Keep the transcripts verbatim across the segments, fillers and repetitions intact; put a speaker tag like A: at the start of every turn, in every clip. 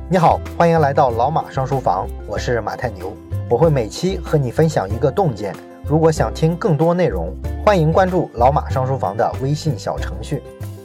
A: 你好，欢迎来到老马上书房，我是马太牛，我会每期和你分享一个洞见。如果想听更多内容，欢迎关注老马上书房的微信小程序。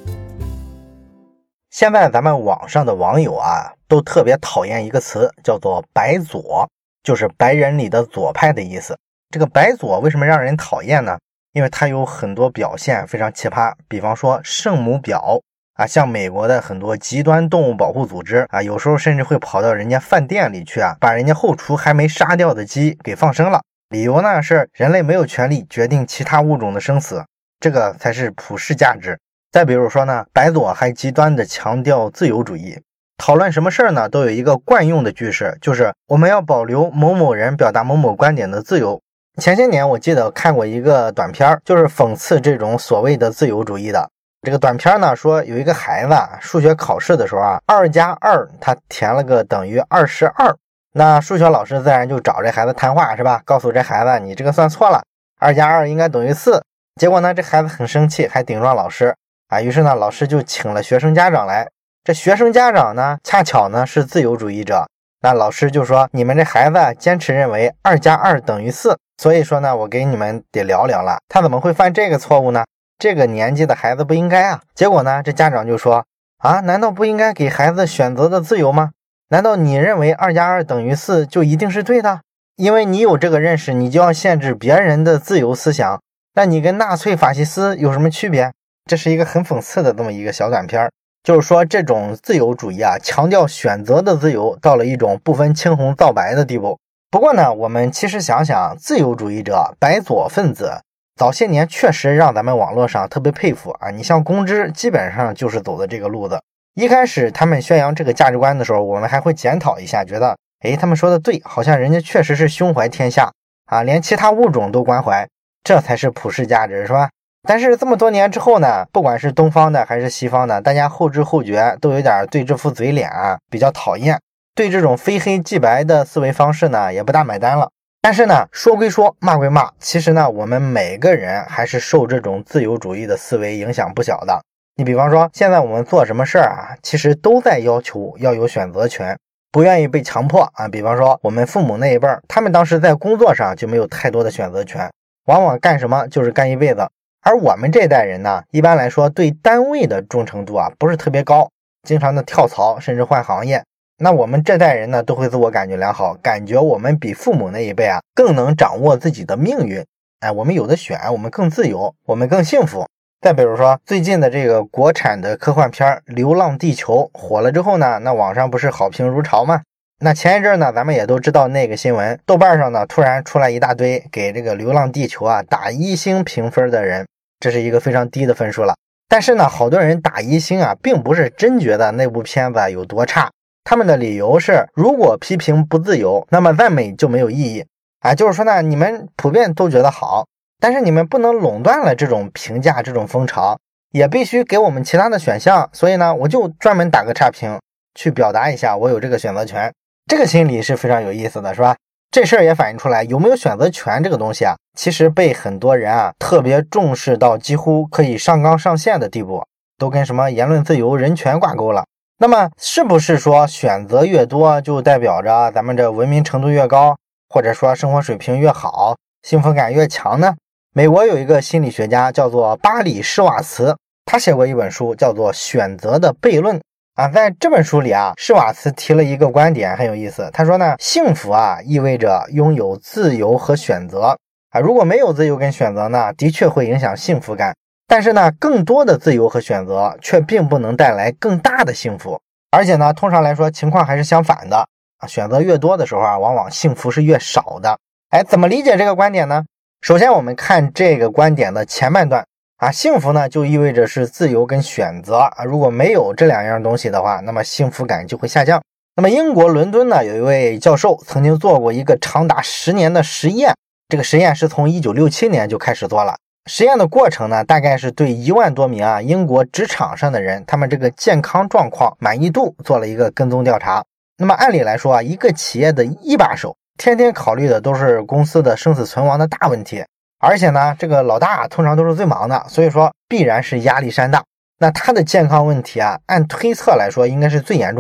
A: 现在咱们网上的网友啊，都特别讨厌一个词，叫做白左，就是白人里的左派的意思。这个白左为什么让人讨厌呢？因为它有很多表现非常奇葩，比方说圣母婊啊，像美国的很多极端动物保护组织啊，有时候甚至会跑到人家饭店里去啊，把人家后厨还没杀掉的鸡给放生了。理由呢是人类没有权利决定其他物种的生死，这个才是普世价值。再比如说呢，白左还极端的强调自由主义，讨论什么事儿呢，都有一个惯用的句式，就是我们要保留某某人表达某某观点的自由。前些年我记得看过一个短片，就是讽刺这种所谓的自由主义的。这个短片呢说有一个孩子啊，数学考试的时候啊，二加二他填了个等于二十二，那数学老师自然就找这孩子谈话是吧，告诉这孩子你这个算错了，二加二应该等于四。结果呢这孩子很生气，还顶撞老师啊，于是呢老师就请了学生家长来。这学生家长呢恰巧呢是自由主义者，那老师就说你们这孩子坚持认为二加二等于四，所以说呢我给你们得聊聊了，他怎么会犯这个错误呢？这个年纪的孩子不应该啊。结果呢这家长就说啊，难道不应该给孩子选择的自由吗？难道你认为二加二等于四就一定是对的？因为你有这个认识，你就要限制别人的自由思想，那你跟纳粹法西斯有什么区别？这是一个很讽刺的这么一个小短片，就是说这种自由主义啊，强调选择的自由到了一种不分青红皂白的地步。不过呢我们其实想想，自由主义者白左分子早些年确实让咱们网络上特别佩服啊！你像公知基本上就是走的这个路子。一开始他们宣扬这个价值观的时候，我们还会检讨一下，觉得诶他们说的对，好像人家确实是胸怀天下啊，连其他物种都关怀，这才是普世价值是吧？但是这么多年之后呢，不管是东方的还是西方的，大家后知后觉都有点对这副嘴脸啊比较讨厌，对这种非黑即白的思维方式呢也不大买单了。但是呢说归说骂归骂，其实呢我们每个人还是受这种自由主义的思维影响不小的。你比方说现在我们做什么事儿啊，其实都在要求要有选择权，不愿意被强迫啊。比方说我们父母那一辈儿，他们当时在工作上就没有太多的选择权，往往干什么就是干一辈子。而我们这代人呢，一般来说对单位的忠诚度啊不是特别高，经常的跳槽甚至换行业。那我们这代人呢都会自我感觉良好，感觉我们比父母那一辈啊更能掌握自己的命运。哎，我们有的选，我们更自由，我们更幸福。再比如说最近的这个国产的科幻片《流浪地球》火了之后呢，那网上不是好评如潮吗？那前一阵呢咱们也都知道那个新闻，豆瓣上呢突然出来一大堆给这个《流浪地球》啊打一星评分的人，这是一个非常低的分数了。但是呢好多人打一星啊并不是真觉得那部片子有多差，他们的理由是如果批评不自由，那么赞美就没有意义啊。就是说呢你们普遍都觉得好，但是你们不能垄断了这种评价，这种风潮也必须给我们其他的选项，所以呢我就专门打个差评去表达一下我有这个选择权。这个心理是非常有意思的是吧？这事儿也反映出来有没有选择权这个东西啊，其实被很多人啊特别重视到几乎可以上纲上线的地步，都跟什么言论自由人权挂钩了。那么是不是说选择越多就代表着咱们这文明程度越高，或者说生活水平越好，幸福感越强呢？美国有一个心理学家叫做巴里施瓦茨，他写过一本书叫做《选择的悖论》啊。在这本书里啊，施瓦茨提了一个观点很有意思，他说呢幸福啊意味着拥有自由和选择啊，如果没有自由跟选择呢，的确会影响幸福感。但是呢更多的自由和选择却并不能带来更大的幸福，而且呢通常来说情况还是相反的啊，选择越多的时候啊，往往幸福是越少的。哎，怎么理解这个观点呢？首先我们看这个观点的前半段啊，幸福呢就意味着是自由跟选择啊，如果没有这两样东西的话，那么幸福感就会下降。那么英国伦敦呢有一位教授曾经做过一个长达十年的实验，这个实验是从一九六七年就开始做了。实验的过程呢，大概是对一万多名啊英国职场上的人，他们这个健康状况满意度做了一个跟踪调查。那么按理来说啊，一个企业的一把手天天考虑的都是公司的生死存亡的大问题，而且呢这个老大通常都是最忙的，所以说必然是压力山大。那他的健康问题啊，按推测来说应该是最严重的。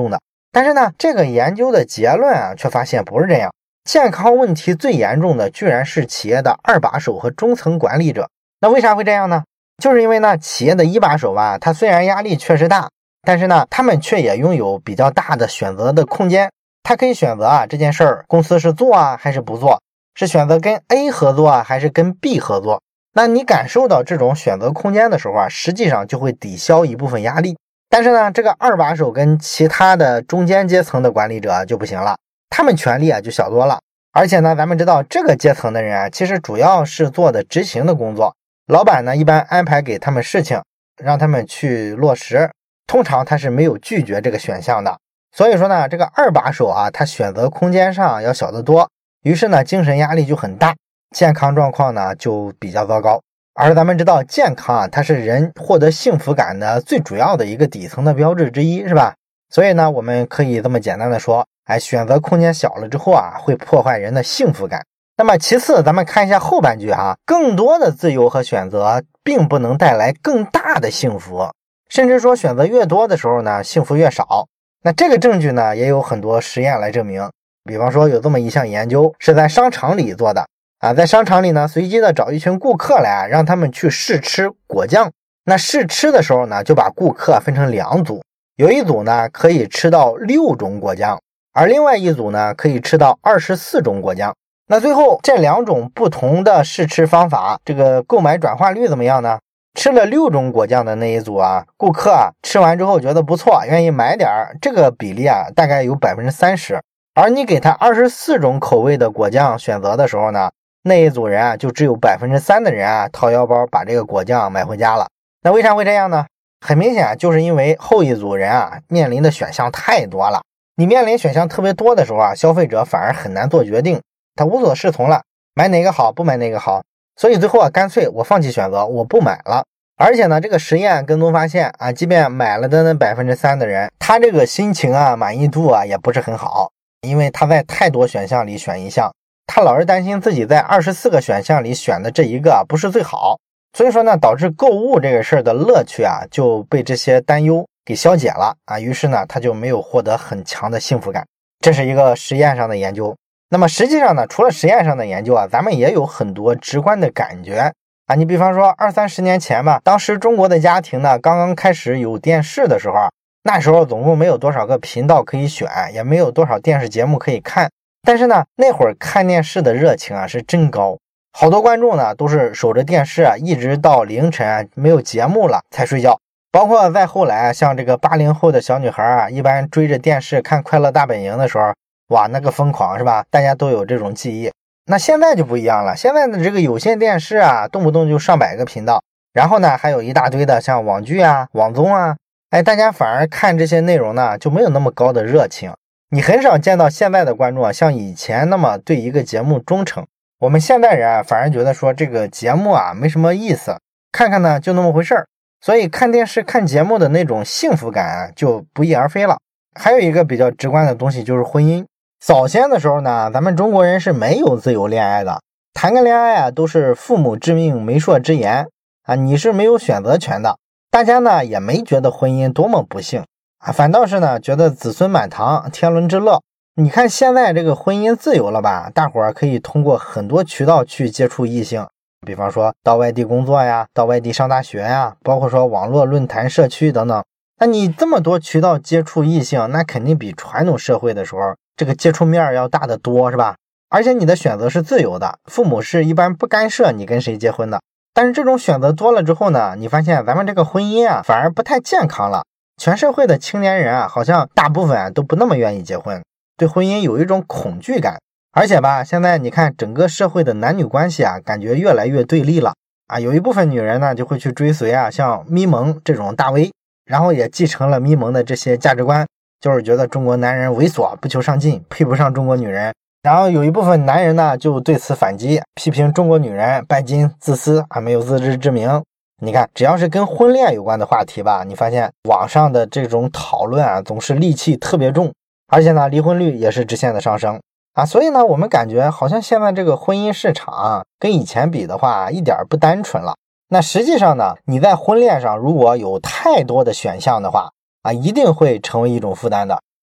A: 但是呢，这个研究的结论啊，却发现不是这样。健康问题最严重的居然是企业的二把手和中层管理者。那为啥会这样呢？就是因为呢，企业的一把手吧，他虽然压力确实大，但是呢，他们却也拥有比较大的选择的空间。他可以选择啊，这件事儿公司是做啊还是不做，是选择跟 A 合作啊还是跟 B 合作。那你感受到这种选择空间的时候啊，实际上就会抵消一部分压力。但是呢，这个二把手跟其他的中间阶层的管理者就不行了，他们权力啊就小多了。而且呢，咱们知道这个阶层的人啊，其实主要是做的执行的工作，老板呢一般安排给他们事情，让他们去落实，通常他是没有拒绝这个选项的。所以说呢，这个二把手啊，他选择空间上要小得多，于是呢，精神压力就很大，健康状况呢就比较糟糕。而咱们知道健康啊，它是人获得幸福感的最主要的一个底层的标志之一，是吧？所以呢，我们可以这么简单的说，哎，选择空间小了之后啊，会破坏人的幸福感。那么其次，咱们看一下后半句啊，更多的自由和选择并不能带来更大的幸福，甚至说选择越多的时候呢，幸福越少。那这个证据呢，也有很多实验来证明。比方说有这么一项研究是在商场里做的啊，在商场里呢，随机的找一群顾客来，让他们去试吃果酱。那试吃的时候呢，就把顾客分成两组，有一组呢可以吃到六种果酱，而另外一组呢可以吃到二十四种果酱。那最后这两种不同的试吃方法，这个购买转化率怎么样呢？吃了六种果酱的那一组啊，顾客啊吃完之后觉得不错，愿意买点，这个比例啊大概有 百分之三十。而你给他二十四种口味的果酱选择的时候呢，那一组人啊就只有 百分之三 的人啊掏腰包把这个果酱买回家了。那为啥会这样呢？很明显就是因为后一组人啊面临的选项太多了。你面临选项特别多的时候啊，消费者反而很难做决定，他无所适从了，买哪个好不买哪个好。所以最后啊，干脆我放弃选择，我不买了。而且呢，这个实验跟踪发现啊，即便买了的那 百分之三 的人，他这个心情啊满意度啊也不是很好，因为他在太多选项里选一项，他老是担心自己在二十四个选项里选的这一个不是最好。所以说呢，导致购物这个事儿的乐趣啊就被这些担忧给消解了啊，于是呢他就没有获得很强的幸福感。这是一个实验上的研究。那么实际上呢，除了实验上的研究啊，咱们也有很多直观的感觉啊。你比方说二三十年前吧，当时中国的家庭呢刚刚开始有电视的时候，那时候总共没有多少个频道可以选，也没有多少电视节目可以看，但是呢那会儿看电视的热情啊是真高，好多观众呢都是守着电视啊，一直到凌晨啊没有节目了才睡觉。包括再后来像这个八零后的小女孩啊，一般追着电视看快乐大本营的时候，哇，那个疯狂是吧？大家都有这种记忆。那现在就不一样了，现在的这个有线电视啊，动不动就上百个频道，然后呢还有一大堆的像网剧啊、网综啊，哎，大家反而看这些内容呢就没有那么高的热情。你很少见到现在的观众啊像以前那么对一个节目忠诚。我们现代人啊反而觉得说这个节目啊没什么意思，看看呢就那么回事儿，所以看电视看节目的那种幸福感啊就不翼而飞了。还有一个比较直观的东西就是婚姻。早先的时候呢，咱们中国人是没有自由恋爱的，谈个恋爱啊都是父母之命媒妁之言啊，你是没有选择权的。大家呢也没觉得婚姻多么不幸啊，反倒是呢觉得子孙满堂，天伦之乐。你看现在这个婚姻自由了吧，大伙儿可以通过很多渠道去接触异性，比方说到外地工作呀，到外地上大学呀，包括说网络论坛社区等等。那你这么多渠道接触异性，那肯定比传统社会的时候这个接触面要大得多，是吧？而且你的选择是自由的，父母是一般不干涉你跟谁结婚的。但是这种选择多了之后呢，你发现咱们这个婚姻啊反而不太健康了。全社会的青年人啊好像大部分啊都不那么愿意结婚，对婚姻有一种恐惧感。而且吧，现在你看整个社会的男女关系啊感觉越来越对立了啊，有一部分女人呢就会去追随啊像咪蒙这种大 V，然后也继承了咪蒙的这些价值观，就是觉得中国男人猥琐不求上进，配不上中国女人。然后有一部分男人呢就对此反击，批评中国女人拜金自私啊，没有自知之明。你看只要是跟婚恋有关的话题吧，你发现网上的这种讨论啊总是戾气特别重，而且呢离婚率也是直线的上升啊。所以呢我们感觉好像现在这个婚姻市场啊跟以前比的话一点不单纯了。那实际上呢，你在婚恋上如果有太多的选项的话啊，一定会成为一种负担的。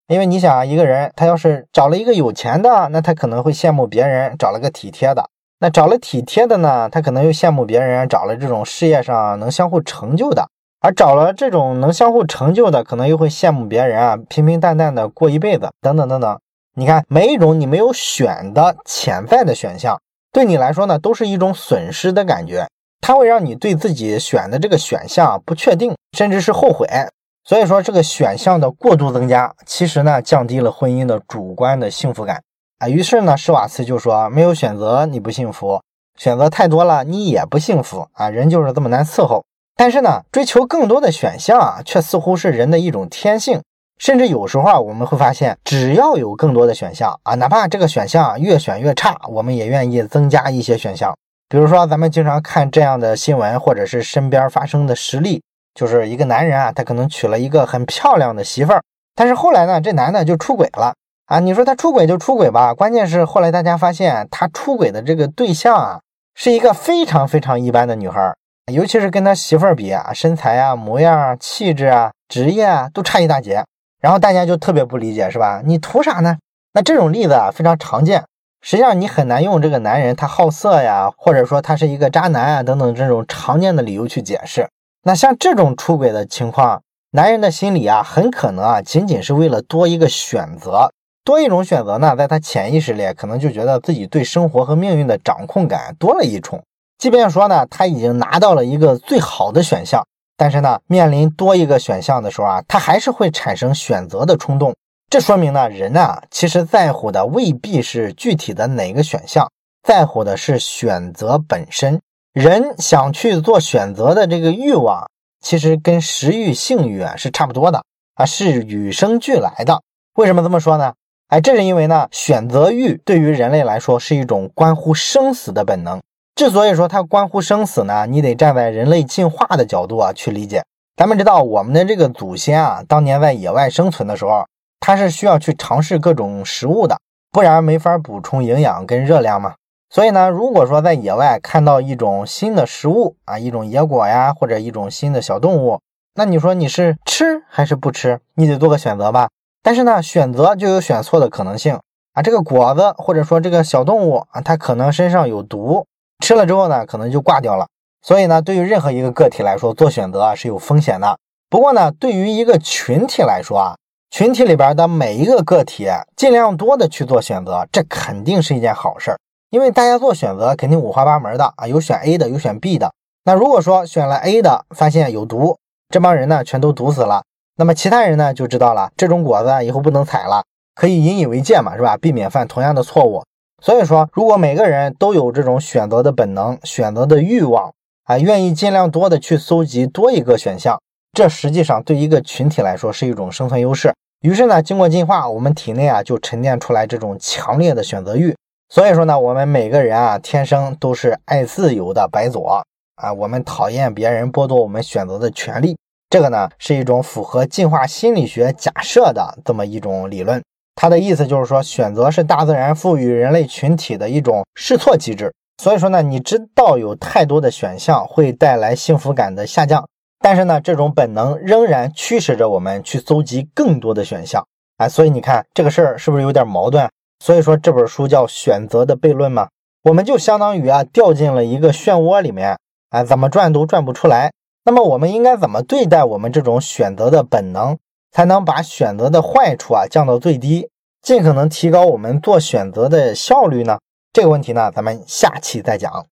A: 因为你想啊，一个人他要是找了一个有钱的，那他可能会羡慕别人找了个体贴的，那找了体贴的呢，他可能又羡慕别人找了这种事业上能相互成就的，而找了这种能相互成就的，可能又会羡慕别人啊平平淡淡的过一辈子，等等等等。你看每一种你没有选的潜在的选项，对你来说呢都是一种损失的感觉，它会让你对自己选的这个选项不确定，甚至是后悔。所以说这个选项的过度增加，其实呢降低了婚姻的主观的幸福感啊。于是呢施瓦茨就说，没有选择你不幸福，选择太多了你也不幸福啊，人就是这么难伺候。但是呢追求更多的选项啊，却似乎是人的一种天性，甚至有时候啊我们会发现，只要有更多的选项啊，哪怕这个选项越选越差，我们也愿意增加一些选项。比如说咱们经常看这样的新闻，或者是身边发生的实例，就是一个男人啊，他可能娶了一个很漂亮的媳妇儿，但是后来呢这男的就出轨了啊。你说他出轨就出轨吧，关键是后来大家发现他出轨的这个对象啊是一个非常非常一般的女孩，尤其是跟他媳妇儿比啊，身材啊模样啊气质啊职业啊都差一大截，然后大家就特别不理解，是吧？你图啥呢？那这种例子啊非常常见，实际上你很难用这个男人他好色呀，或者说他是一个渣男啊等等这种常见的理由去解释。那像这种出轨的情况，男人的心理啊很可能啊仅仅是为了多一个选择，多一种选择呢，在他潜意识里可能就觉得自己对生活和命运的掌控感多了一重。即便说呢他已经拿到了一个最好的选项，但是呢面临多一个选项的时候啊，他还是会产生选择的冲动。这说明呢人啊其实在乎的未必是具体的哪个选项，在乎的是选择本身。人想去做选择的这个欲望，其实跟食欲性欲啊是差不多的啊，是与生俱来的。为什么这么说呢？哎，这是因为呢选择欲对于人类来说是一种关乎生死的本能。之所以说它关乎生死呢，你得站在人类进化的角度啊去理解。咱们知道我们的这个祖先啊，当年在野外生存的时候，他是需要去尝试各种食物的，不然没法补充营养跟热量嘛。所以呢，如果说在野外看到一种新的食物啊，一种野果呀，或者一种新的小动物，那你说你是吃还是不吃？你得做个选择吧。但是呢，选择就有选错的可能性啊。这个果子或者说这个小动物啊，它可能身上有毒，吃了之后呢，可能就挂掉了。所以呢，对于任何一个个体来说，做选择啊是有风险的。不过呢，对于一个群体来说啊，群体里边的每一个个体尽量多的去做选择，这肯定是一件好事。因为大家做选择肯定五花八门的啊，有选 A 的，有选 B 的。那如果说选了 A 的，发现有毒，这帮人呢全都毒死了，那么其他人呢就知道了，这种果子以后不能采了，可以引以为戒嘛，是吧？避免犯同样的错误。所以说，如果每个人都有这种选择的本能、选择的欲望啊，愿意尽量多的去搜集多一个选项，这实际上对一个群体来说是一种生存优势。于是呢，经过进化，我们体内啊就沉淀出来这种强烈的选择欲。所以说呢，我们每个人啊，天生都是爱自由的白左啊，我们讨厌别人剥夺我们选择的权利。这个呢，是一种符合进化心理学假设的这么一种理论。它的意思就是说，选择是大自然赋予人类群体的一种试错机制。所以说呢，你知道有太多的选项会带来幸福感的下降，但是呢，这种本能仍然驱使着我们去搜集更多的选项。啊，所以你看这个事儿是不是有点矛盾？所以说这本书叫选择的悖论嘛，我们就相当于啊掉进了一个漩涡里面，啊怎么转都转不出来。那么我们应该怎么对待我们这种选择的本能，才能把选择的坏处啊降到最低，尽可能提高我们做选择的效率呢？这个问题呢，咱们下期再讲。